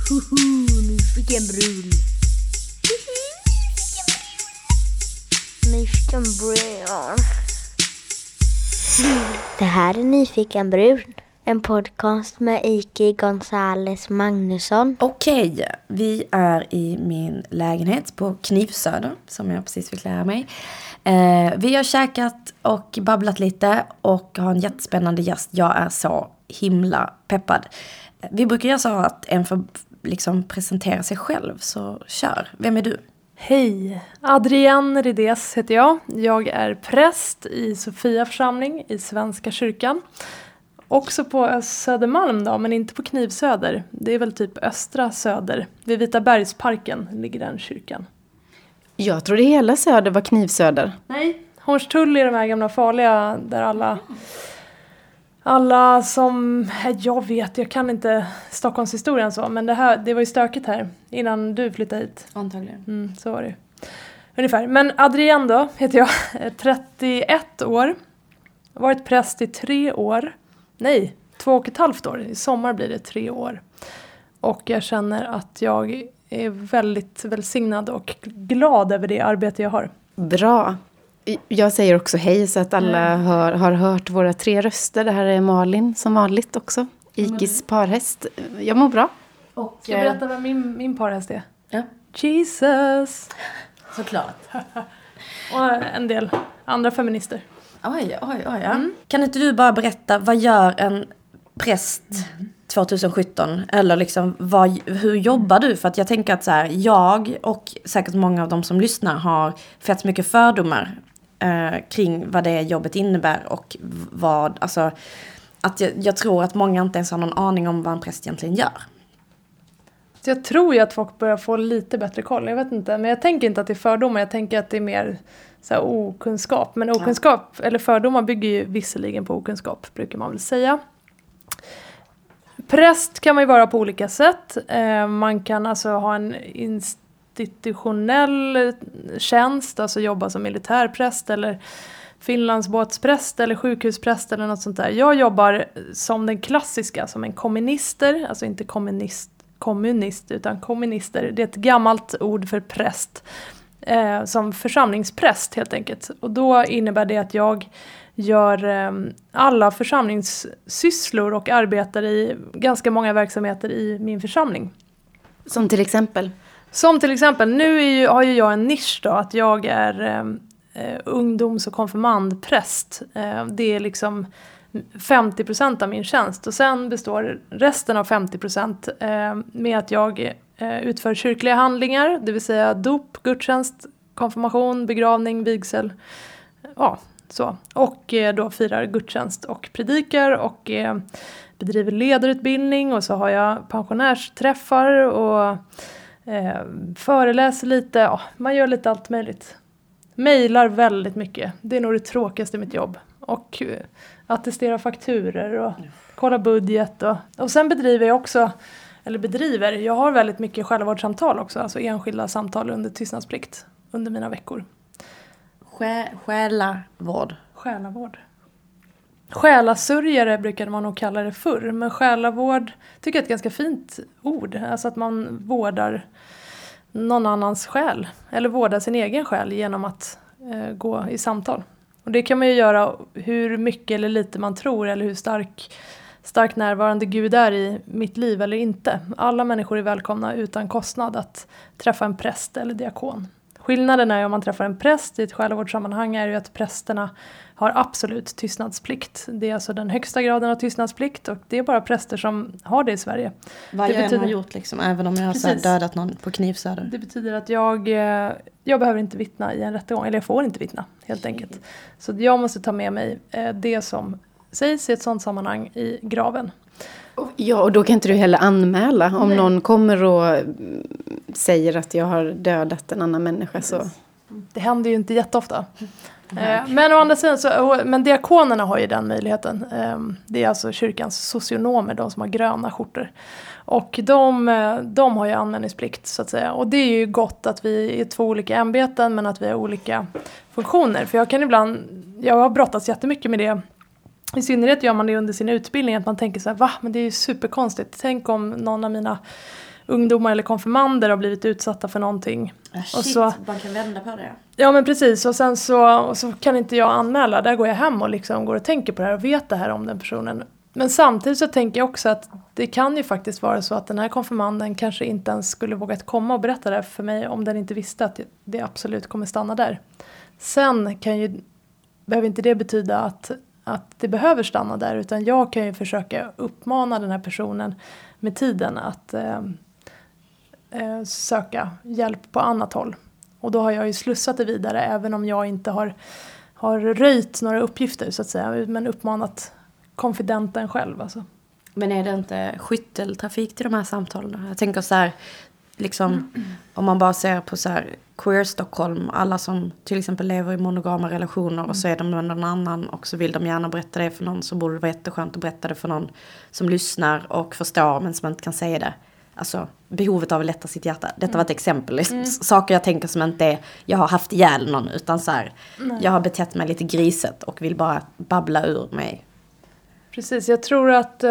Nu fick jag en brun. Nyfiken brun. Det här är Nyfiken brun. En podcast med Iki Gonzales Magnusson. Okej, vi är i min lägenhet på Knivsöder, som jag precis fick lära mig. Vi har käkat och babblat lite och har en jättespännande gäst. Jag är så himla peppad. Vi brukar göra så att en får liksom presentera sig själv, så kör. Vem är du? Hej, Adrienne Rides heter jag. Jag är präst i Sofia församling i Svenska kyrkan. Också på Södermalm då, men inte på Knivsöder. Det är väl typ östra Söder. Vid Vitabergsparken ligger den kyrkan. Jag trodde hela Söder var Knivsöder. Nej, Hornstull är de här gamla farliga där alla som, jag kan inte Stockholmshistorien så, men det var ju stökigt här innan du flyttade hit. Antagligen. Så var det ungefär. Men Adrienne då heter jag, 31 år, varit präst i 3 år. Nej, 2,5 år. I sommar blir det 3 år. Och jag känner att jag är väldigt välsignad och glad över det arbete jag har. Bra. Jag säger också hej så att alla har hört våra 3 röster. Det här är Malin som vanligt också. Ikis parhäst. Jag mår bra. Och ska jag berätta vad min parhäst är? Ja. Jesus. Såklart. Och en del andra feminister. Oj, ja. Kan inte du bara berätta, vad gör en präst 2017? Eller liksom, hur jobbar du? För att jag tänker att så här, jag och säkert många av de som lyssnar har fett mycket fördomar kring vad det jobbet innebär och vad, alltså, att jag tror att många inte ens har någon aning om vad en präst egentligen gör. Så jag tror ju att folk börjar få lite bättre koll, jag vet inte. Men jag tänker inte att det är fördomar, jag tänker att det är mer så här okunskap. Men okunskap, eller fördomar bygger ju visserligen på okunskap, brukar man väl säga. Präst kan man ju vara på olika sätt. Man kan alltså ha en institutionell tjänst, alltså jobba som militärpräst eller finlandsbåtspräst eller sjukhuspräst eller något sånt där. Jag jobbar som den klassiska, som en kommunister, alltså inte kommunist utan kommunister. Det är ett gammalt ord för präst. Som församlingspräst helt enkelt. Och då innebär det att jag gör alla församlingssysslor och arbetar i ganska många verksamheter i min församling. Som till exempel? Nu har ju jag en nisch då, att jag är ungdoms- och konfirmandpräst. Det är liksom 50% av min tjänst. Och sen består resten av 50% med att jag utför kyrkliga handlingar, det vill säga dop, gudstjänst, konfirmation, begravning, vigsel. Ja, så. Och då firar gudstjänst och predikar och bedriver ledarutbildning. Och så har jag pensionärsträffar och föreläser lite. Ja, man gör lite allt möjligt. Mailar väldigt mycket. Det är nog det tråkigaste i mitt jobb. Och attestera fakturer och kolla budget. Och sen bedriver jag också, jag har väldigt mycket själavårdssamtal också. Alltså enskilda samtal under tystnadsplikt under mina veckor. Själavård. Själasörjare brukade man nog kalla det förr. Men själavård tycker jag är ett ganska fint ord. Alltså att man vårdar någon annans själ. Eller vårdar sin egen själ genom att gå i samtal. Och det kan man ju göra hur mycket eller lite man tror. Eller hur stark närvarande Gud är i mitt liv eller inte. Alla människor är välkomna utan kostnad att träffa en präst eller diakon. Skillnaden är om man träffar en präst i ett själavårdssammanhang är ju att prästerna har absolut tystnadsplikt. Det är alltså den högsta graden av tystnadsplikt och det är bara präster som har det i Sverige. Vad jag än har gjort liksom, även om jag har så här dödat någon på Knivsöder. Det betyder att jag behöver inte vittna i en rättegång, eller jag får inte vittna helt enkelt. Så jag måste ta med mig det som sägs i ett sådant sammanhang i graven. Ja, och då kan inte du heller anmäla om någon kommer och säger att jag har dödat en annan människa. Så. Det händer ju inte jätteofta. Men å andra sidan men diakonerna har ju den möjligheten. Det är alltså kyrkans socionomer, de som har gröna skjortor. Och de har ju anmälningsplikt så att säga. Och det är ju gott att vi är 2 olika ämbeten men att vi har olika funktioner. För jag har brottats jättemycket med det. I synnerhet gör man det under sin utbildning att man tänker så här, men det är ju superkonstigt. Tänk om någon av mina ungdomar eller konfirmander har blivit utsatta för någonting. Shit, så, man kan vända på det. Ja men precis, och sen så kan inte jag anmäla. Där går jag hem och liksom går och tänker på det här och vet det här om den personen. Men samtidigt så tänker jag också att det kan ju faktiskt vara så att den här konfirmanden kanske inte ens skulle vågat komma och berätta det för mig om den inte visste att det absolut kommer stanna där. Sen behöver inte det betyda att det behöver stanna där, utan jag kan ju försöka uppmana den här personen med tiden att söka hjälp på annat håll. Och då har jag ju slussat det vidare, även om jag inte har röjt några uppgifter så att säga, men uppmanat konfidenten själv alltså. Men är det inte skytteltrafik till de här samtalen? Jag tänker så här, liksom, om man bara ser på så här Queer Stockholm, alla som till exempel lever i monogama relationer och så är de med någon annan och så vill de gärna berätta det för någon, så borde det vara jätteskönt att berätta det för någon som lyssnar och förstår men som inte kan säga det. Alltså behovet av att lätta sitt hjärta. Detta var ett exempel. Saker jag tänker som inte är jag har haft ihjäl någon, utan så här, jag har betett mig lite griset och vill bara babbla ur mig. Precis, jag tror att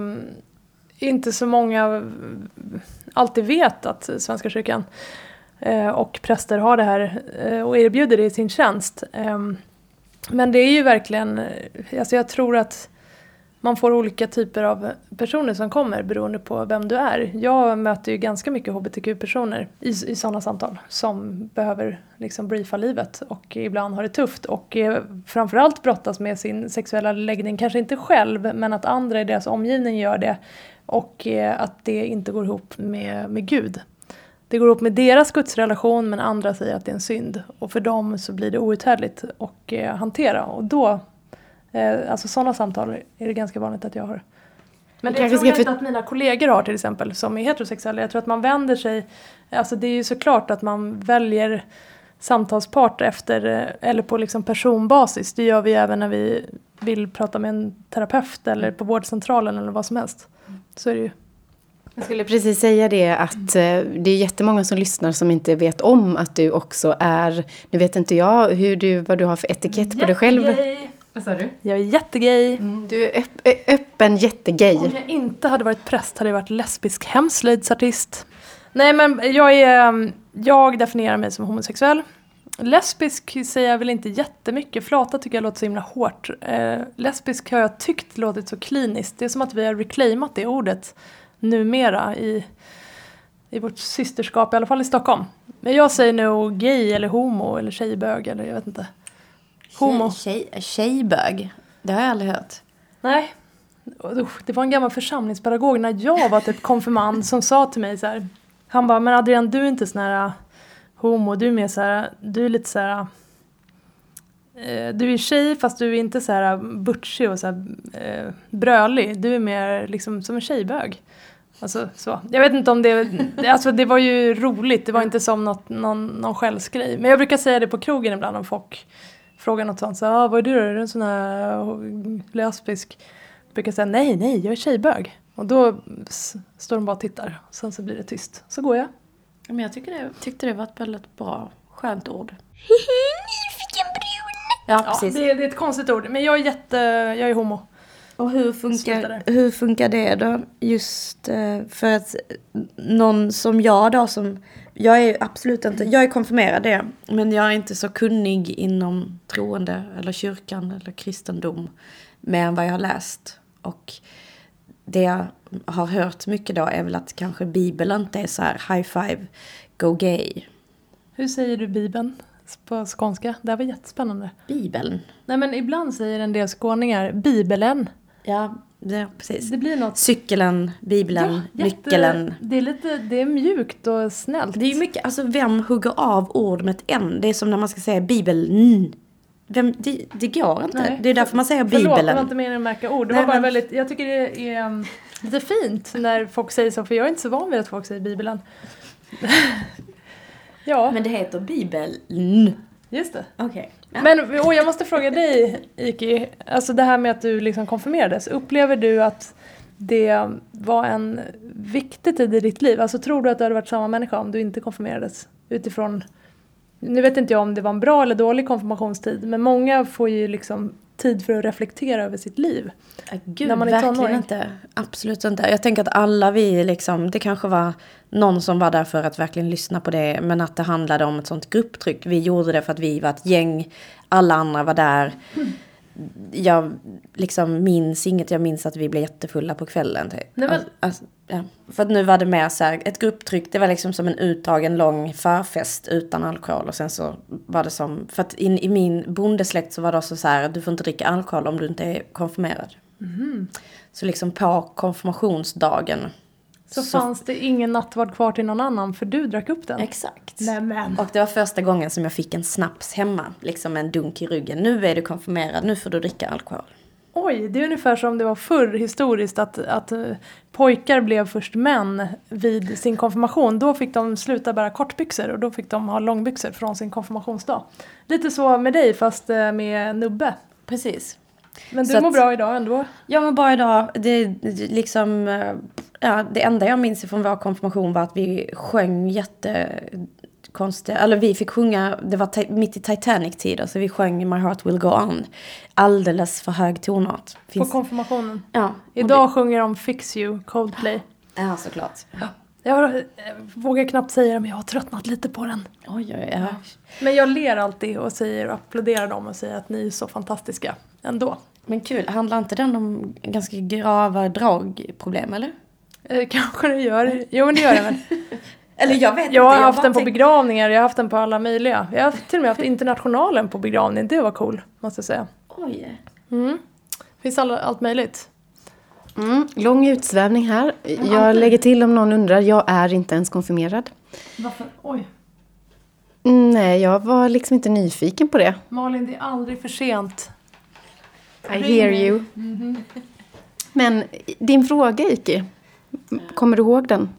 inte så många alltid vet att Svenska kyrkan och präster har det här och erbjuder det i sin tjänst. Men det är ju verkligen, alltså jag tror att man får olika typer av personer som kommer beroende på vem du är. Jag möter ju ganska mycket hbtq-personer i sådana samtal som behöver liksom briefa livet och ibland har det tufft och framförallt brottas med sin sexuella läggning. Kanske inte själv, men att andra i deras omgivning gör det och att det inte går ihop med Gud. Det går ihop med deras gudsrelation, men andra säger att det är en synd. Och för dem så blir det outhärdligt att hantera. Och då, alltså sådana samtal är det ganska vanligt att jag har. Men det tror jag inte att mina kollegor har till exempel, som är heterosexuella. Jag tror att man vänder sig, alltså det är ju såklart att man väljer samtalspart efter, eller på liksom personbasis. Det gör vi även när vi vill prata med en terapeut eller på vårdcentralen eller vad som helst. Så är det ju. Jag skulle precis säga det, att det är jättemånga som lyssnar som inte vet om att du också är, nu vet inte jag vad du har för etikett på dig själv. Vad sa du? Jag är jättegay. Du är öppen jättegay. Om jag inte hade varit präst hade jag varit lesbisk hemslöjdsartist. Nej, men jag definierar mig som homosexuell. Lesbisk säger jag väl inte jättemycket. Flata tycker jag låter så himla hårt. Lesbisk har jag tyckt låtit så kliniskt. Det är som att vi har reclaimat det ordet numera i vårt systerskap, i alla fall i Stockholm. Men jag säger nog gay eller homo eller tjejbög eller jag vet inte. Homo. Tjejbög? Det har jag aldrig hört. Nej. Det var en gammal församlingspedagog när jag var typ konfirmand som sa till mig så här. Han bara, men Adrian, du är inte sån här homo, du är mer så här, du är lite så här, du är tjej fast du är inte så här butchig och så här brölig. Du är mer liksom som en tjejbög. Alltså så. Jag vet inte om det var ju roligt. Det var inte som någon skällsgrej. Men jag brukar säga det på krogen ibland om folk frågar något sånt. Så, vad är du då? Är du en sån här lesbisk? Jag brukar säga nej, jag är tjejbög. Och då står de bara och tittar. Sen så blir det tyst. Så går jag. Men jag tyckte det var ett väldigt bra, skönt ord. Nyfiken brun. Ja, precis. Det är ett konstigt ord. Men jag är homo. Och hur funkar det då? Just för att någon som jag då, jag är absolut inte, jag är konfirmerad det, men jag är inte så kunnig inom troende eller kyrkan eller kristendom med vad jag har läst. Och det jag har hört mycket då är väl att kanske Bibeln inte är så här high five, go gay. Hur säger du Bibeln på skånska? Det här var jättespännande. Bibeln? Nej, men ibland säger en del skåningar Bibeln. Ja, precis. Det blir något. Cykeln, Bibeln, nyckeln. Det är mjukt och snällt. Det är ju mycket, alltså vem hugger av ord med ett N? Det är som när man ska säga Bibeln. Det går inte. Nej. Det är därför man säger Bibeln. Förlåt, det var inte meningen att märka ord. Det var bara väldigt, jag tycker det är lite fint när folk säger så, för jag är inte så van vid att folk säger Bibeln. Ja. Men det heter Bibeln. Just det. Okej. Ja. Men jag måste fråga dig, Iki, alltså det här med att du liksom konfirmerades. Upplever du att det var en viktig tid i ditt liv? Alltså tror du att du hade varit samma människa om du inte konfirmerades? Utifrån, nu vet inte jag om det var en bra eller dålig konfirmationstid, men många får ju liksom tid för att reflektera över sitt liv. Gud, när man är verkligen tonåring. inte. Absolut inte. Jag tänker att alla vi liksom, det kanske var någon som var där för att verkligen lyssna på det. Men att det handlade om ett sånt grupptryck. Vi gjorde det för att vi var ett gäng. Alla andra var där. Jag liksom minns inget. Jag minns att vi blev jättefulla på kvällen. Typ. Nej, men... Ja. För att nu var det mer så här, ett grupptryck, det var liksom som en utdragen lång förfest utan alkohol. Och sen så var det som, för att i min bondesläkt så var det också så här, du får inte dricka alkohol om du inte är konfirmerad. Mm. Så liksom på konfirmationsdagen. Så fanns det ingen nattvard kvar till någon annan, för du drack upp den. Exakt. Nämen. Och det var första gången som jag fick en snaps hemma. Liksom en dunk i ryggen. Nu är du konfirmerad, nu får du dricka alkohol. Oj, det är ungefär som det var förr historiskt att pojkar blev först män vid sin konfirmation. Då fick de sluta bära kortbyxor och då fick de ha långbyxor från sin konfirmationsdag. Lite så med dig fast med nubbe. Precis. Men du Så mår att, bra idag ändå? Jag mår bra idag. Det är liksom, ja, det enda jag minns från vår konfirmation var att vi sjöng jättekonstiga, eller vi fick sjunga, det var mitt i Titanic-tider, så vi sjöng My Heart Will Go On. Alldeles för hög tonart. På konfirmationen? Ja. Idag sjunger de Fix You, Coldplay. Ja, såklart. Jag vågar knappt säga det, men jag har tröttnat lite på den. Oj. Men jag ler alltid och säger och applåderar dem och säger att ni är så fantastiska ändå. Men kul, handlar inte den om ganska grava dragproblem, eller? Kanske det gör. Jo, men det gör det väl. Eller jag vet inte. Jag har haft den på begravningar, jag har haft den på alla möjliga. Jag har till och med haft internationalen på begravning, det var cool, måste jag säga. Oj. Finns allt möjligt. Lång utsvävning här. Jag lägger till om någon undrar, jag är inte ens konfirmerad. Varför? Oj. Nej, jag var liksom inte nyfiken på det. Malin, det är aldrig för sent. I hear you. Men din fråga, Iki, kommer du ihåg den?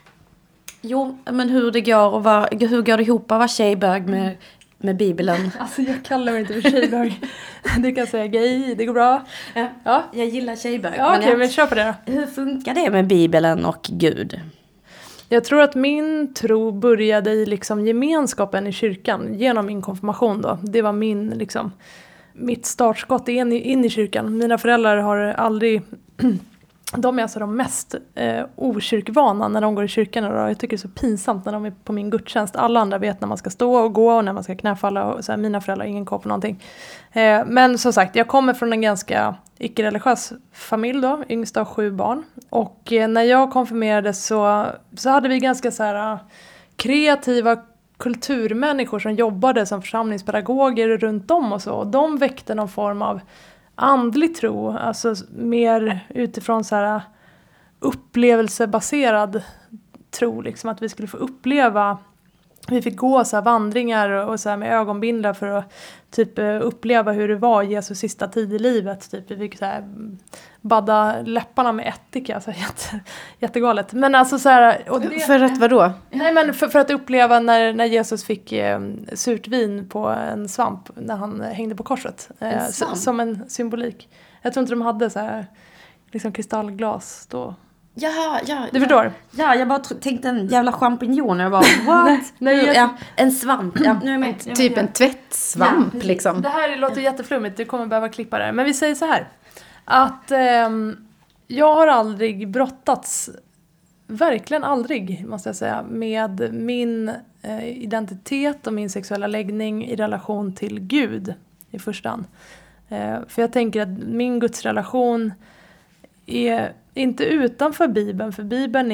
Jo, men hur det går och hur går det ihop att vara tjejbög med Bibeln? Alltså jag kallar mig inte för tjejbög. Du kan säga gay, det går bra. Ja. Jag gillar tjejbög. Ja, okej, men kör på det då. Hur funkar det med Bibeln och Gud? Jag tror att min tro började i liksom gemenskapen i kyrkan genom min konfirmation då. Det var mitt startskott in i kyrkan. Mina föräldrar har aldrig... De är alltså de mest okyrkvana när de går i kyrkan. Och jag tycker det är så pinsamt när de är på min gudstjänst. Alla andra vet när man ska stå och gå och när man ska knäfalla. Och så här, mina föräldrar har ingen koll på någonting. Men som sagt, jag kommer från en ganska icke-religiös familj då. Yngst av 7 barn. Och när jag konfirmerades så hade vi ganska så här kreativa kulturmänniskor som jobbade som församlingspedagoger runt om och så. Och de väckte någon form av andlig tro, alltså mer utifrån så här upplevelsebaserad tro, liksom att vi skulle få uppleva, vi fick gå så här vandringar och så här med ögonbindlar för att typ uppleva hur det var Jesus sista tid i livet, typ vi fick så här badda läpparna med ättika, så jättegalet. Men alltså så här, och det, för att vadå? Nej, men för att uppleva när Jesus fick surt vin på en svamp när han hängde på korset. Som en symbolik. Jag tror inte de hade så här liksom kristallglas då. Ja. Du förstår? Ja, jag bara tänkte en jävla champinjon. Jag bara, what? En svamp. Ja, nu är jag med. Typ en tvättsvamp liksom. Det här låter jätteflummigt, du kommer behöva klippa det. Men vi säger så här. Att jag har aldrig brottats, verkligen aldrig måste jag säga, med min identitet och min sexuella läggning i relation till Gud i första hand. För jag tänker att min gudsrelation är inte utanför Bibeln, för Bibeln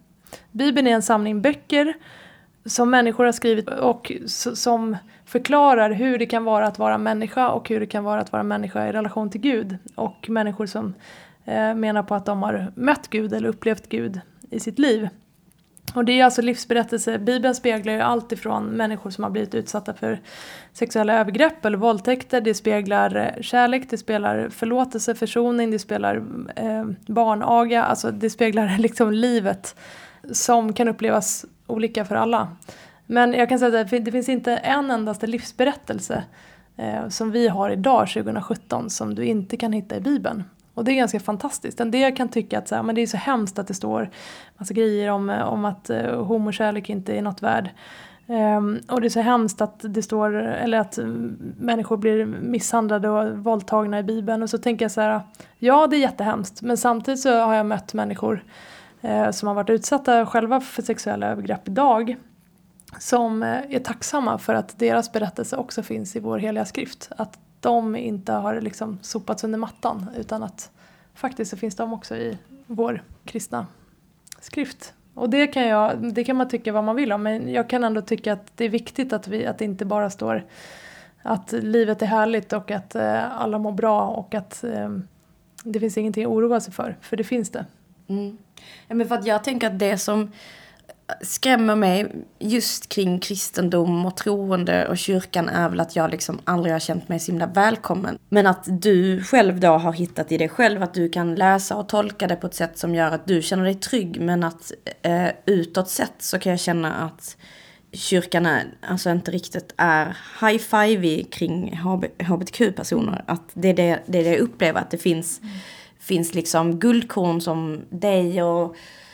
är en samling böcker som människor har skrivit och som förklarar hur det kan vara att vara människa och hur det kan vara att vara människa i relation till Gud. Och människor som menar på att de har mött Gud eller upplevt Gud i sitt liv. Och det är alltså livsberättelse. Bibeln speglar ju allt ifrån människor som har blivit utsatta för sexuella övergrepp eller våldtäkter. Det speglar kärlek, det speglar förlåtelse, försoning, det speglar barnaga. Alltså det speglar liksom livet som kan upplevas olika för alla. Men jag kan säga att det finns inte en endaste livsberättelse som vi har idag 2017 som du inte kan hitta i Bibeln. Och det är ganska fantastiskt. En del kan tycka att så här, men det är så hemskt att det står massa grejer om att homokärlek inte är något värd. Och det är så hemskt att det står, eller att människor blir misshandlade och våldtagna i Bibeln. Och så tänker jag så här, ja det är jättehemskt. Men samtidigt så har jag mött människor som har varit utsatta själva för sexuella övergrepp idag. Som är tacksamma för att deras berättelse också finns i vår heliga skrift. Att de inte har liksom sopats under mattan, utan att faktiskt så finns de också i vår kristna skrift. Och det kan man tycka vad man vill om, men jag kan ändå tycka att det är viktigt att det inte bara står att livet är härligt och att alla mår bra och att det finns ingenting att oroa sig för det finns det. Mm. Ja, men för att jag tänker att det som skrämmer mig just kring kristendom och troende och kyrkan är väl att jag liksom aldrig har känt mig så himla välkommen. Men att du själv då har hittat i dig själv att du kan läsa och tolka det på ett sätt som gör att du känner dig trygg. Men att utåt sett så kan jag känna att kyrkan alltså inte riktigt är high-five kring hbtq-personer. Att det är det jag upplever, att det finns liksom guldkorn som dig och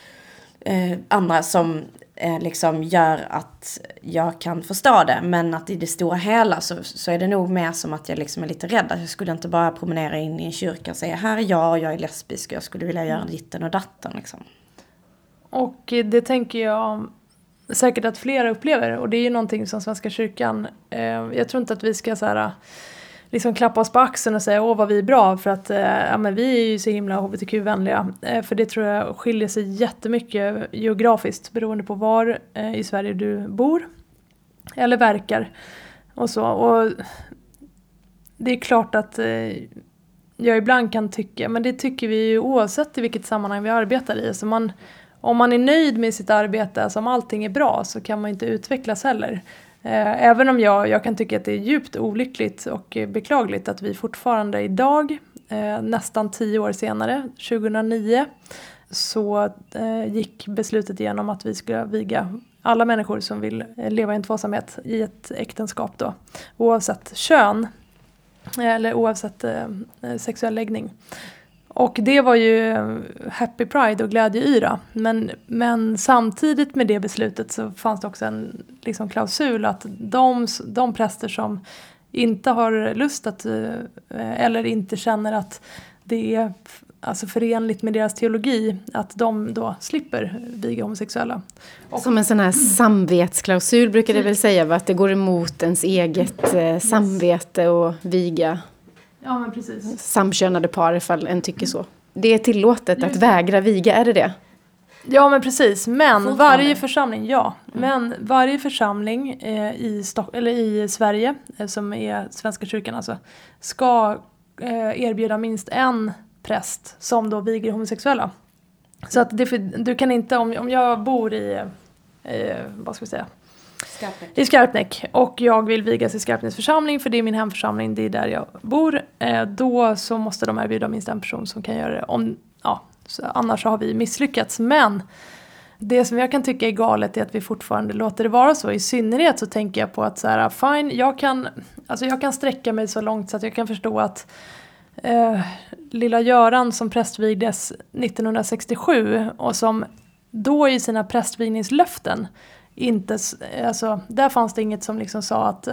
andra som liksom gör att jag kan förstå det. Men att i det stora hela så är det nog mer som att jag liksom är lite rädd. Att jag skulle inte bara promenera in i en kyrka och säga här är jag är lesbisk och jag skulle vilja göra ditten och datten liksom. Och det tänker jag säkert att flera upplever. Och det är ju någonting som Svenska kyrkan, jag tror inte att vi ska så här liksom klappa oss på axeln och säga vad vi är bra för att men vi är ju så himla hbtq-vänliga. För det tror jag skiljer sig jättemycket geografiskt beroende på var i Sverige du bor eller verkar och så. Och det är klart att jag ibland kan tycka, men det tycker vi ju oavsett i vilket sammanhang vi arbetar i. Så om man är nöjd med sitt arbete, alltså om allting är bra, så kan man inte utvecklas heller. Även om jag kan tycka att det är djupt olyckligt och beklagligt att vi fortfarande idag, nästan 10 år senare, 2009, så gick beslutet igenom att vi ska viga alla människor som vill leva i en tvåsamhet i ett äktenskap då, oavsett kön eller oavsett sexuell läggning. Och det var ju happy pride och glädjeyra. Men samtidigt med det beslutet så fanns det också en liksom klausul att de präster som inte har lust att eller inte känner att det är alltså förenligt med deras teologi, att de då slipper viga homosexuella. Som en sån här samvetsklausul brukar det väl säga, att det går emot ens eget samvete och viga. Ja, men precis. Samkönade par ifall en tycker så. Det är tillåtet att vägra viga, är det det? Ja, men precis. Men varje församling i Sverige, som är Svenska kyrkan alltså, ska erbjuda minst en präst som då viger homosexuella. Så att du kan inte, om jag bor i vad ska vi säga? I Skarpnäck och jag vill vigas i Skarpnäcks församling för det är min hemförsamling, det är där jag bor, då så måste de erbjuda minst en person som kan göra det. Annars har vi misslyckats. Men det som jag kan tycka är galet är att vi fortfarande låter det vara så. I synnerhet så tänker jag på att så här, fine, jag kan sträcka mig så långt så att jag kan förstå att lilla Göran som prästvigdes 1967 och som då i sina prästvigningslöften inte, alltså, där fanns det inget som liksom sa att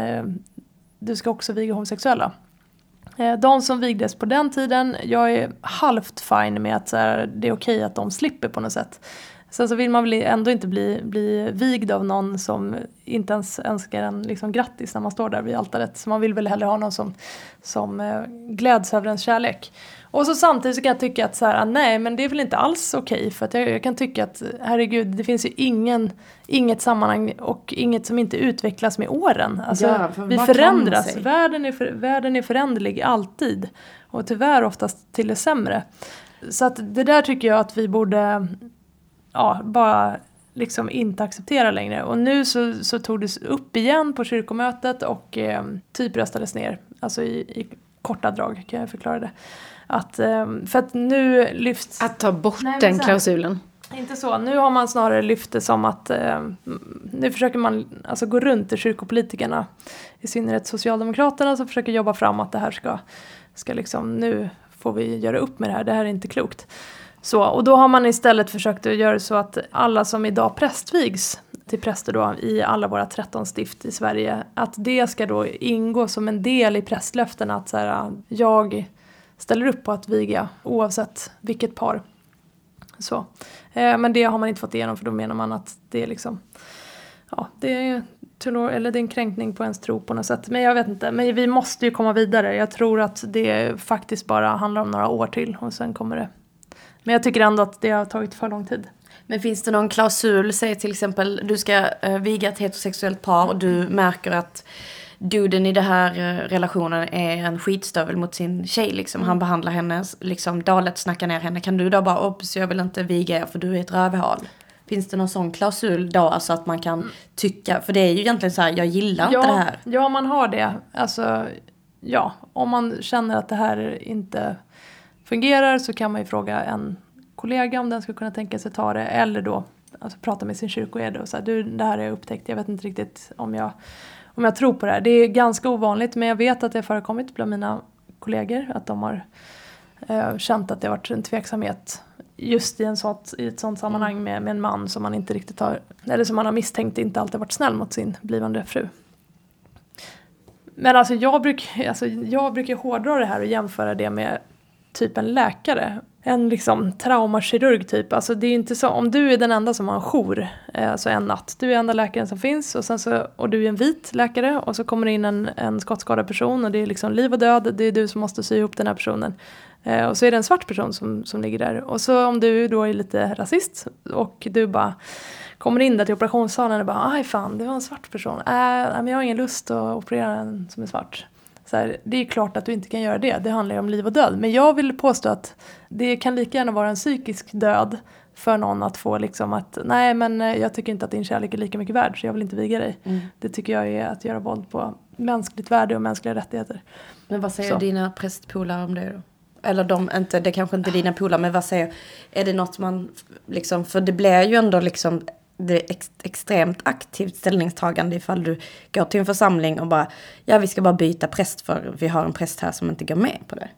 du ska också viga homosexuella. De som vigdes på den tiden, jag är halvt fine med att så här, det är okej att de slipper på något sätt. Sen så vill man väl ändå inte bli vigd av någon som inte ens önskar en liksom grattis när man står där vid altaret. Så man vill väl hellre ha någon som gläds över ens kärlek. Och så samtidigt så kan jag tycka att så här, nej, men det är väl inte alls okej. För att jag kan tycka att, herregud, det finns ju inget sammanhang och inget som inte utvecklas med åren. Alltså, vi förändras. Världen är föränderlig alltid. Och tyvärr oftast till det sämre. Så att det där tycker jag att vi borde bara liksom inte acceptera längre. Och nu så tog det upp igen på kyrkomötet och typ röstades ner. Alltså i korta drag kan jag förklara det. För att nu lyfts... Att ta bort den klausulen. Inte så. Nu har man snarare lyft det som att nu försöker man alltså gå runt till kyrkopolitikerna. I synnerhet Socialdemokraterna som försöker jobba fram att det här ska liksom, nu får vi göra upp med det här. Det här är inte klokt. Så, och då har man istället försökt att göra så att alla som idag prästvigs till präster då i alla våra 13 stift i Sverige. Att det ska då ingå som en del i prästlöften att så här, jag ställer upp på att viga oavsett vilket par. Så. Men det har man inte fått igenom, för då menar man att det är liksom, ja, det är en kränkning på ens tro på något sätt. Men jag vet inte, men vi måste ju komma vidare. Jag tror att det faktiskt bara handlar om några år till och sen kommer det. Men jag tycker ändå att det har tagit för lång tid. Men finns det någon klausul, säg till exempel du ska viga ett heterosexuellt par och du märker att duden i den här relationen är en skitstövel mot sin tjej liksom. Han behandlar henne liksom dåligt, snackar ner henne. Kan du då bara, så jag vill inte viga er för du är ett rövhål? Finns det någon sån klausul då, alltså att man kan tycka, för det är ju egentligen så här, jag gillar inte det här. Ja, man har det. Alltså, ja, om man känner att det här inte fungerar så kan man ju fråga en kollega om den ska kunna tänka sig ta det, eller då alltså, prata med sin kyrkoherde och säga, du, det här har jag upptäckt, jag vet inte riktigt om jag tror på det här. Det är ganska ovanligt, men jag vet att det har förekommit bland mina kollegor att de har känt att det har varit en tveksamhet just i ett sånt sammanhang med en man som man inte riktigt har, eller som man har misstänkt inte alltid varit snäll mot sin blivande fru. Men alltså jag brukar hårdra det här och jämföra det med typ en läkare. En liksom traumakirurg typ. Alltså det är inte så, om du är den enda som har en jour, alltså en natt. Du är enda läkaren som finns och du är en vit läkare och så kommer det in en skottskadad person och det är liksom liv och död. Det är du som måste sy ihop den här personen. Och så är det en svart person som ligger där. Och så om du då är lite rasist och du bara kommer in där till operationssalen och bara, aj fan, det var en svart person. Men jag har ingen lust att operera en som är svart. Så här, det är klart att du inte kan göra det. Det handlar ju om liv och död. Men jag vill påstå att det kan lika gärna vara en psykisk död för någon att få liksom att, nej men jag tycker inte att din kärlek är lika mycket värd så jag vill inte viga dig. Det tycker jag är att göra våld på mänskligt värde och mänskliga rättigheter. Men vad säger dina prästpolare om det då? Eller det kanske inte är dina polare, men vad säger, är det något man liksom, för det blir ju ändå liksom det är extremt aktivt ställningstagande ifall du går till en församling och bara, ja vi ska bara byta präst för vi har en präst här som inte går med på det.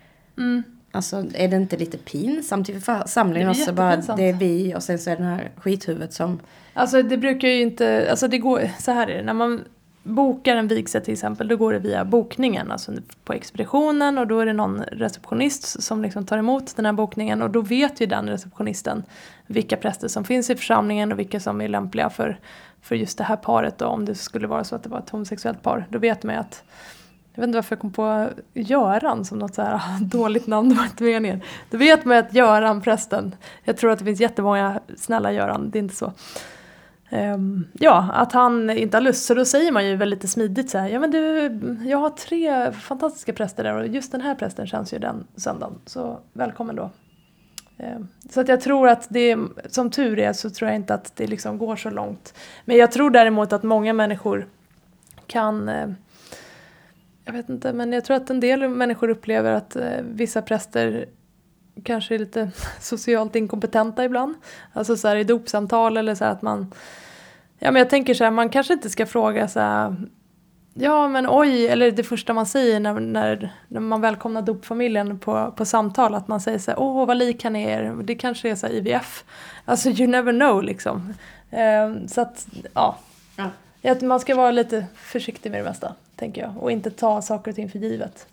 Alltså är det inte lite pinsamt i församlingen också bara, det är vi och sen så är den här skithuvudet som... Alltså det brukar ju inte, alltså det går, så här är det, när man bokar en vigsel till exempel, då går det via bokningen, alltså på expeditionen, och då är det någon receptionist som liksom tar emot den här bokningen, och då vet ju den receptionisten vilka präster som finns i församlingen och vilka som är lämpliga för just det här paret då, om det skulle vara så att det var ett homosexuellt par. Då vet man att, jag vet inte varför jag kom på Göran som något så här dåligt namn, det var inte meningen. Då vet man att Göran, prästen, jag tror att det finns jättemånga snälla Göran, det är inte så. Ja, att han inte har lust. Så då säger man ju väldigt lite smidigt så här, ja men du, jag har 3 fantastiska präster där och just den här prästen känns ju den söndagen. Så välkommen då. Så att jag tror att det, som tur är så tror jag inte att det liksom går så långt. Men jag tror däremot att många människor kan, jag vet inte, men jag tror att en del människor upplever att vissa präster kanske är lite socialt inkompetenta ibland. Alltså så här i dopsamtal eller så här att man... Ja men jag tänker så här, man kanske inte ska fråga så här... Ja men oj, eller det första man säger när man välkomnar dopfamiljen på samtal. Att man säger så här, åh vad lik han är. Det kanske är så här IVF. Alltså you never know liksom. Så att, ja. Man ska vara lite försiktig med det mesta, tänker jag. Och inte ta saker och ting för givet.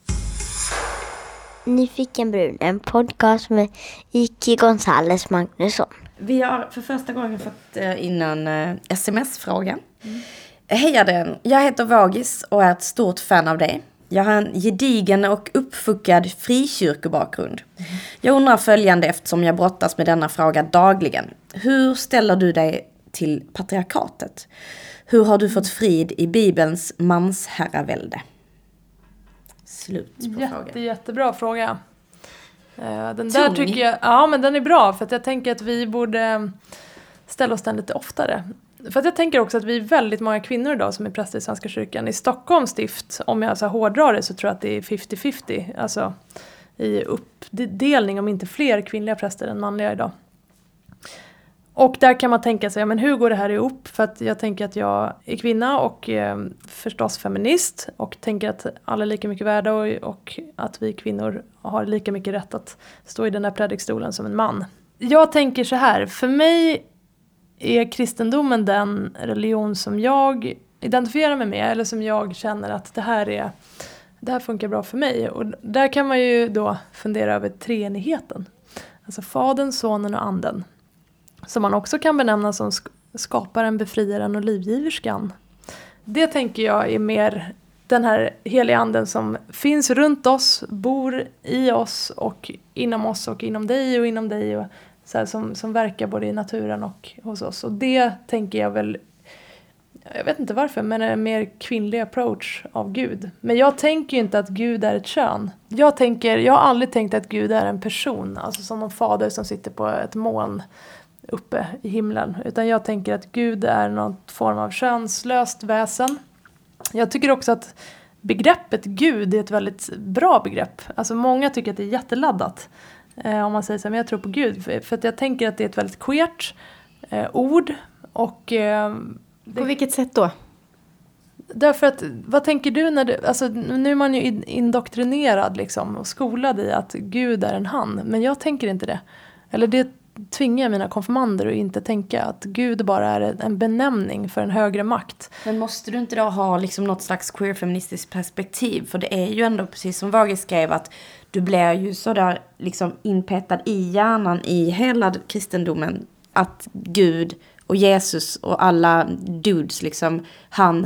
Nyfiken brun, en podcast med Iki González Magnusson. Vi har för första gången fått in en sms-fråga. Hej Adrian, jag heter Vagis och är ett stort fan av dig. Jag har en gedigen och uppfuckad frikyrkobakgrund. Jag undrar följande eftersom jag brottas med denna fråga dagligen. Hur ställer du dig till patriarkatet? Hur har du fått frid i Bibelns mansherravälde? Slut på frågan. Jättebra fråga. Den där tycker jag, ja men den är bra för att jag tänker att vi borde ställa oss den lite oftare. För att jag tänker också att vi är väldigt många kvinnor idag som är präster i Svenska kyrkan. I Stockholms stift, om jag så hårdrar det så tror jag att det är 50-50. Alltså i uppdelning om inte fler kvinnliga präster än manliga idag. Och där kan man tänka sig, ja, men hur går det här ihop? För att jag tänker att jag är kvinna och förstås feminist. Och tänker att alla är lika mycket värda och att vi kvinnor har lika mycket rätt att stå i den här predikstolen som en man. Jag tänker så här, för mig är kristendomen den religion som jag identifierar mig med, eller som jag känner att det här funkar bra för mig. Och där kan man ju då fundera över treenigheten. Alltså Fadern, Sonen och Anden. Som man också kan benämna som skaparen, befriaren och livgiverskan. Det tänker jag är mer den här heliga anden som finns runt oss, bor i oss och inom dig och inom dig. Och så här, som verkar både i naturen och hos oss. Och det tänker jag väl, jag vet inte varför, men en mer kvinnlig approach av Gud. Men jag tänker ju inte att Gud är ett kön. Jag har aldrig tänkt att Gud är en person, alltså som någon fader som sitter på ett moln uppe i himlen. Utan jag tänker att Gud är någon form av könslöst väsen. Jag tycker också att begreppet Gud är ett väldigt bra begrepp. Alltså många tycker att det är jätteladdat. Om man säger så här, men jag tror på Gud. För att jag tänker att det är ett väldigt queert ord. Och, på vilket sätt då? Därför att, vad tänker du när du... Alltså nu är man ju indoktrinerad liksom, och skolad i att Gud är en han. Men jag tänker inte det. Eller det tvingar mina konfirmander att inte tänka att Gud bara är en benämning för en högre makt. Men måste du inte då ha liksom något slags queer-feministiskt perspektiv? För det är ju ändå precis som Våge skrev att du blir ju sådär liksom inpetad i hjärnan i hela kristendomen att Gud och Jesus och alla dudes liksom han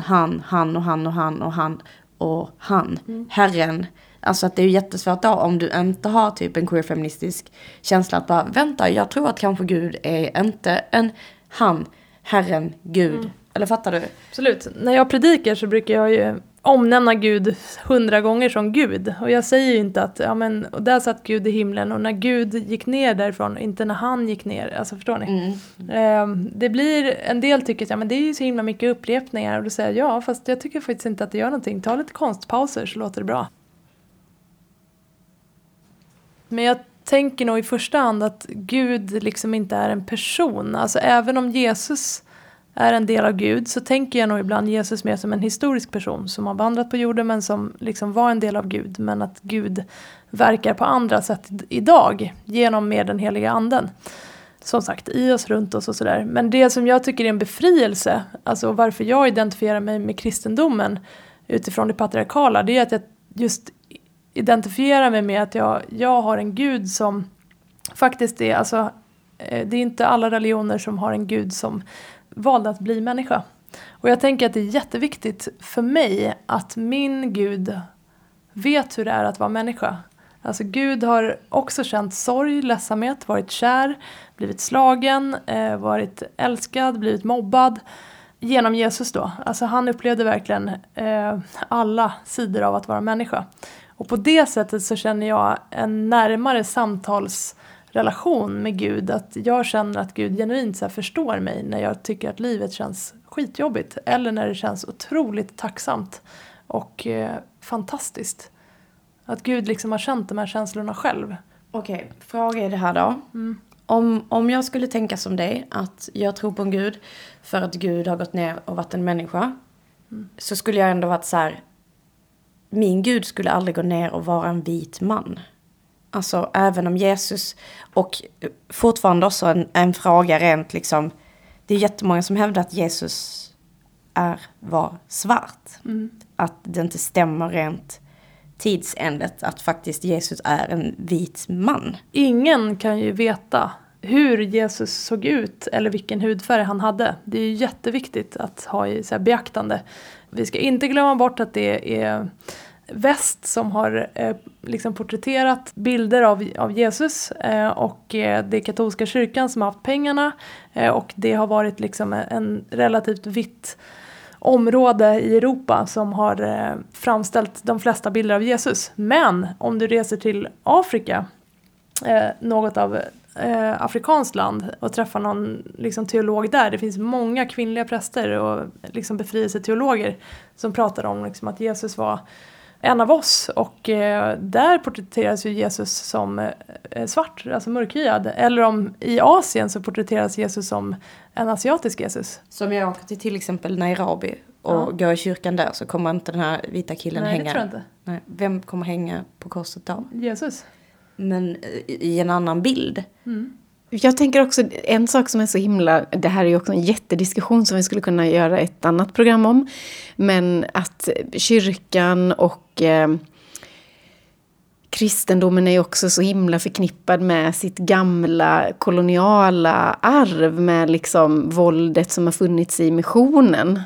och han, Herren. Alltså att det är ju jättesvårt då om du inte har typ en queer-feministisk känsla att bara, vänta, jag tror att kanske Gud är inte en han, Herren, Gud. Eller fattar du? Absolut. När jag predikar så brukar jag ju omnämna Gud 100 gånger som Gud. Och jag säger ju inte att, och där satt Gud i himlen och när Gud gick ner därifrån, inte när han gick ner. Alltså förstår ni? Det blir, en del tycker att det är ju så himla mycket upprepningar. Och då säger jag, fast jag tycker faktiskt inte att det gör någonting. Ta lite konstpauser så låter det bra. Men jag tänker nog i första hand att Gud liksom inte är en person. Alltså även om Jesus är en del av Gud så tänker jag nog ibland Jesus mer som en historisk person som har vandrat på jorden men som liksom var en del av Gud. Men att Gud verkar på andra sätt idag genom med den heliga anden. Som sagt, i oss, runt oss och sådär. Men det som jag tycker är en befrielse, alltså varför jag identifierar mig med kristendomen utifrån det patriarkala, det är att jag just identifierar mig med att jag har en Gud som faktiskt är, alltså det är inte alla religioner som har en Gud som valde att bli människa. Och jag tänker att det är jätteviktigt för mig att min Gud vet hur det är att vara människa. Alltså Gud har också känt sorg, ledsamhet, varit kär, blivit slagen, varit älskad, blivit mobbad genom Jesus då. Alltså han upplevde verkligen alla sidor av att vara människa. Och på det sättet så känner jag en närmare samtalsrelation med Gud. Att jag känner att Gud genuint så här förstår mig när jag tycker att livet känns skitjobbigt. Eller när det känns otroligt tacksamt och fantastiskt. Att Gud liksom har känt de här känslorna själv. Okej, fråga är det här då. Om jag skulle tänka som dig, att jag tror på en Gud för att Gud har gått ner och varit en människa. Så skulle jag ändå varit så här, min Gud skulle aldrig gå ner och vara en vit man. Alltså även om Jesus, och fortfarande också en fråga rent liksom, det är jättemånga som hävdar att Jesus var svart. Att det inte stämmer rent tidsenligt att faktiskt Jesus är en vit man. Ingen kan ju veta hur Jesus såg ut eller vilken hudfärg han hade. Det är ju jätteviktigt att ha i så här beaktande. Vi ska inte glömma bort att det är väst som har liksom porträtterat bilder av Jesus och det är katolska kyrkan som har haft pengarna och det har varit liksom en relativt vitt område i Europa som har framställt de flesta bilder av Jesus. Men om du reser till Afrika, något av afrikanskt land och träffar någon liksom teolog där. Det finns många kvinnliga präster och liksom befrielseteologer som pratar om liksom att Jesus var en av oss. Och där porträtteras ju Jesus som svart, alltså mörkhyad. Eller om i Asien så porträtteras Jesus som en asiatisk Jesus. Som jag åker till exempel Nairobi och går i kyrkan där, så kommer inte den här vita killen hänga. Nej, det tror jag inte. Nej. Vem kommer hänga på korset då? Jesus. Men i en annan bild. Jag tänker också, en sak som är så himla, det här är ju också en jättediskussion som vi skulle kunna göra ett annat program om, men att kyrkan och kristendomen är ju också så himla förknippad med sitt gamla koloniala arv, med liksom våldet som har funnits i missionen.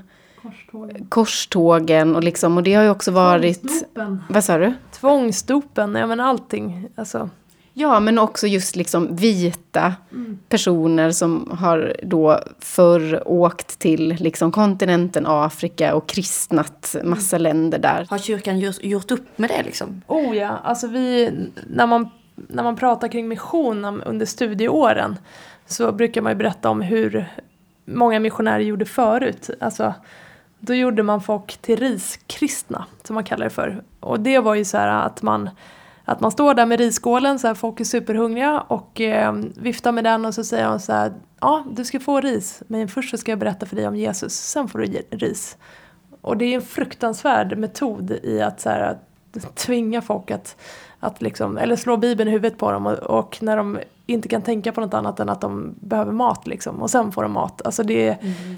Korstågen och liksom, och det har ju också varit... Tvångsdopen. Vad sa du? Tvångsdopen, ja men allting. Alltså. Ja, men också just liksom vita personer som har då förr åkt till liksom kontinenten Afrika och kristnat massa länder där. Har kyrkan gjort upp med det liksom? Oh ja, alltså när man pratar kring mission under studieåren så brukar man ju berätta om hur många missionärer gjorde förut. Alltså, då gjorde man folk till riskristna, som man kallar det för. Och det var ju så här att man står där med risskålen, så här, folk är superhungriga och viftar med den och så säger de så här: ja, du ska få ris, men först så ska jag berätta för dig om Jesus, sen får du ris. Och det är en fruktansvärd metod i att, så här, att tvinga folk att liksom, eller slå Bibeln i huvudet på dem och när de inte kan tänka på något annat än att de behöver mat liksom, och sen får de mat. Alltså det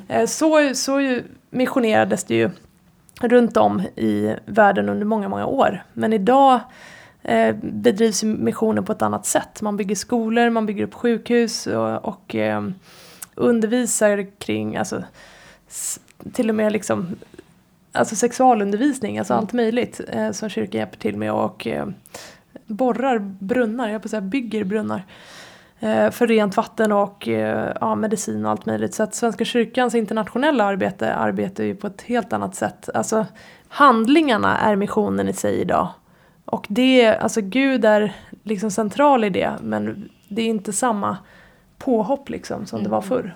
så missionerades det ju runt om i världen under många, många år. Men idag bedrivs missionen på ett annat sätt. Man bygger skolor, man bygger upp sjukhus och undervisar kring, alltså, till och med liksom, alltså sexualundervisning, alltså allt möjligt som kyrkan hjälper till med, och borrar brunnar, jag på att säga bygger brunnar för rent vatten och medicin och allt möjligt. Så att Svenska kyrkans internationella arbete arbetar ju på ett helt annat sätt. Alltså handlingarna är missionen i sig idag. Och det, alltså Gud är liksom central i det, men det är inte samma påhopp liksom som det var förr.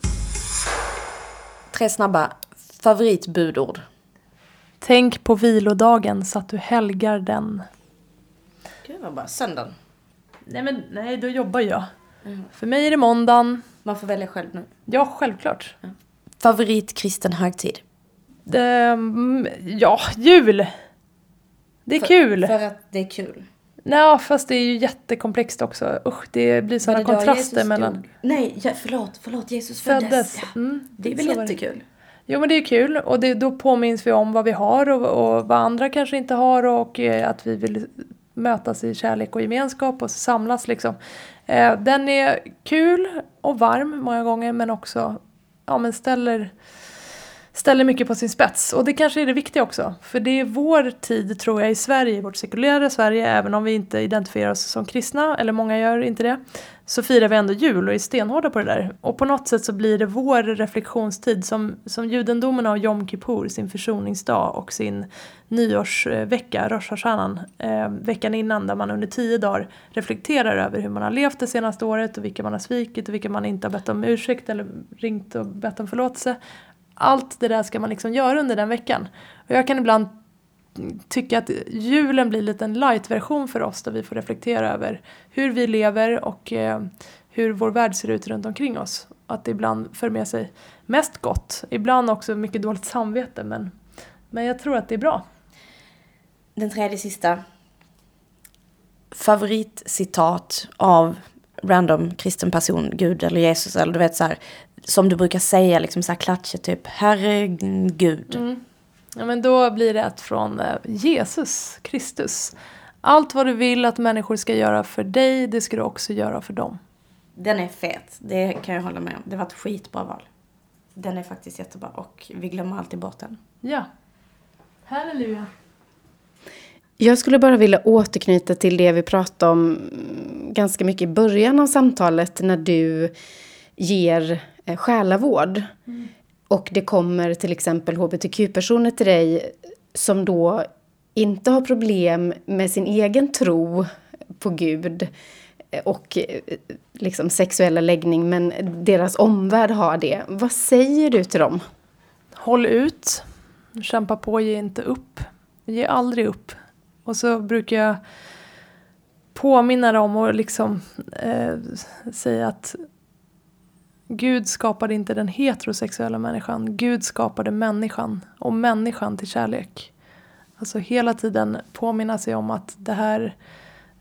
3 snabba favoritbudord. Tänk på vilodagen så att du helgar den. Gud, var bara söndagen. Nej, då jobbar jag. För mig är det måndagen. Man får välja själv nu. Ja, självklart. Ja. Favoritkristen högtid. Ja, jul. Det är kul. För att det är kul. Nej, fast det är ju jättekomplext också. Usch, det blir sådana kontraster mellan... Nej, förlåt, Jesus föddes. Ja. Det är väl jättekul. Jo, men det är kul. Och då påminns vi om vad vi har och vad andra kanske inte har. Och att vi vill mötas i kärlek och gemenskap och samlas liksom. Den är kul och varm många gånger, men också ställer mycket på sin spets. Och det kanske är det viktiga också. För det är vår tid, tror jag, i Sverige, vårt sekulära Sverige, även om vi inte identifierar oss som kristna, eller många gör inte det, så firar vi ändå jul och är stenhårda på det där. Och på något sätt så blir det vår reflektionstid som judendomen har Yom Kippur, sin försoningsdag, och sin nyårsvecka, Rosh Hashanan, veckan innan, där man under 10 dagar reflekterar över hur man har levt det senaste året och vilka man har svikit och vilka man inte har bett om ursäkt eller ringt och bett om förlåtelse. Allt det där ska man liksom göra under den veckan. Och jag kan ibland tycka att julen blir lite en light-version för oss, där vi får reflektera över hur vi lever och hur vår värld ser ut runt omkring oss. Att det ibland för med sig mest gott. Ibland också mycket dåligt samvete, men jag tror att det är bra. Den 3:e sista. Favoritcitat av random kristen person, Gud eller Jesus, eller du vet så här, som du brukar säga, liksom så här klatschigt, typ Herregud. Ja, men då blir det ett från Jesus Kristus. Allt vad du vill att människor ska göra för dig, det ska du också göra för dem. Den är fet, det kan jag hålla med om. Det var ett skitbra val. Den är faktiskt jättebra och vi glömmer alltid bort den. Ja. Halleluja. Jag skulle bara vilja återknyta till det vi pratade om ganska mycket i början av samtalet, när du ger själavård. Och det kommer till exempel hbtq-personer till dig som då inte har problem med sin egen tro på Gud och liksom sexuella läggning, men deras omvärld har det. Vad säger du till dem? Håll ut. Kämpa på, ge inte upp. Ge aldrig upp. Och så brukar jag påminna dem och liksom säga att Gud skapade inte den heterosexuella människan. Gud skapade människan och människan till kärlek. Alltså hela tiden påminna sig om att det här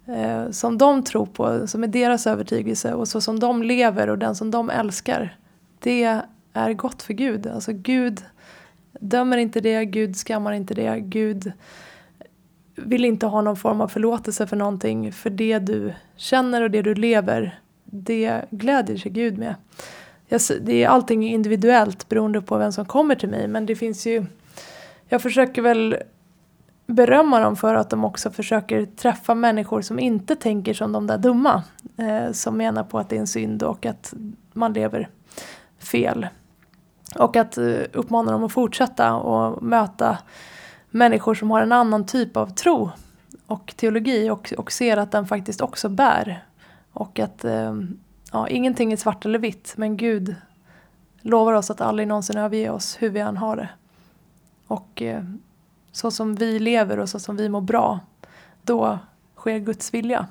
som de tror på, som är deras övertygelse och så som de lever och den som de älskar, det är gott för Gud. Alltså Gud dömer inte det, Gud skammar inte det, Gud vill inte ha någon form av förlåtelse för någonting, för det du känner och det du lever, det glädjer sig Gud med. Det är allting individuellt beroende på vem som kommer till mig, men det finns ju, jag försöker väl berömma dem för att de också försöker träffa människor som inte tänker som de där dumma, som menar på att det är en synd och att man lever fel. Och att uppmana dem att fortsätta och möta människor som har en annan typ av tro och teologi och ser att den faktiskt också bär. Och att ingenting är svart eller vitt, men Gud lovar oss att aldrig någonsin överge oss hur vi än har det. Och så som vi lever och så som vi mår bra, då sker Guds vilja.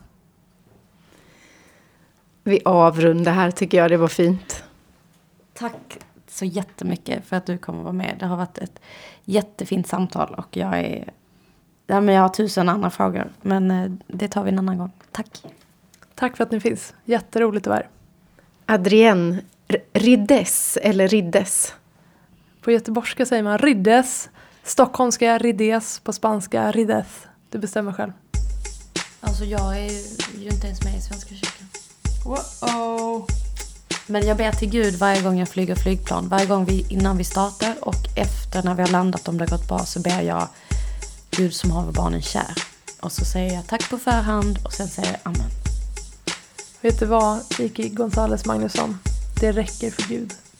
Vi avrundar här, tycker jag, det var fint. Tack så jättemycket för att du kommer vara med. Det har varit ett jättefint samtal och jag har 1000 andra frågor, men det tar vi en annan gång. Tack. Tack för att ni finns. Jätteroligt att vara här. Adrienne, Riddes eller Riddes? På göteborgska säger man Riddes. Stockholmska Riddes. På spanska Riddes. Du bestämmer själv. Alltså jag är ju inte ens med i Svenska kyrkan. Wow. Men jag ber till Gud varje gång jag flyger flygplan. Varje gång innan vi startar och efter när vi har landat, om det har gått bra, så ber jag Gud som har barnen kär. Och så säger jag tack på förhand och sen säger jag amen. Vet du vad, Iki González Magnusson? Det räcker för Gud.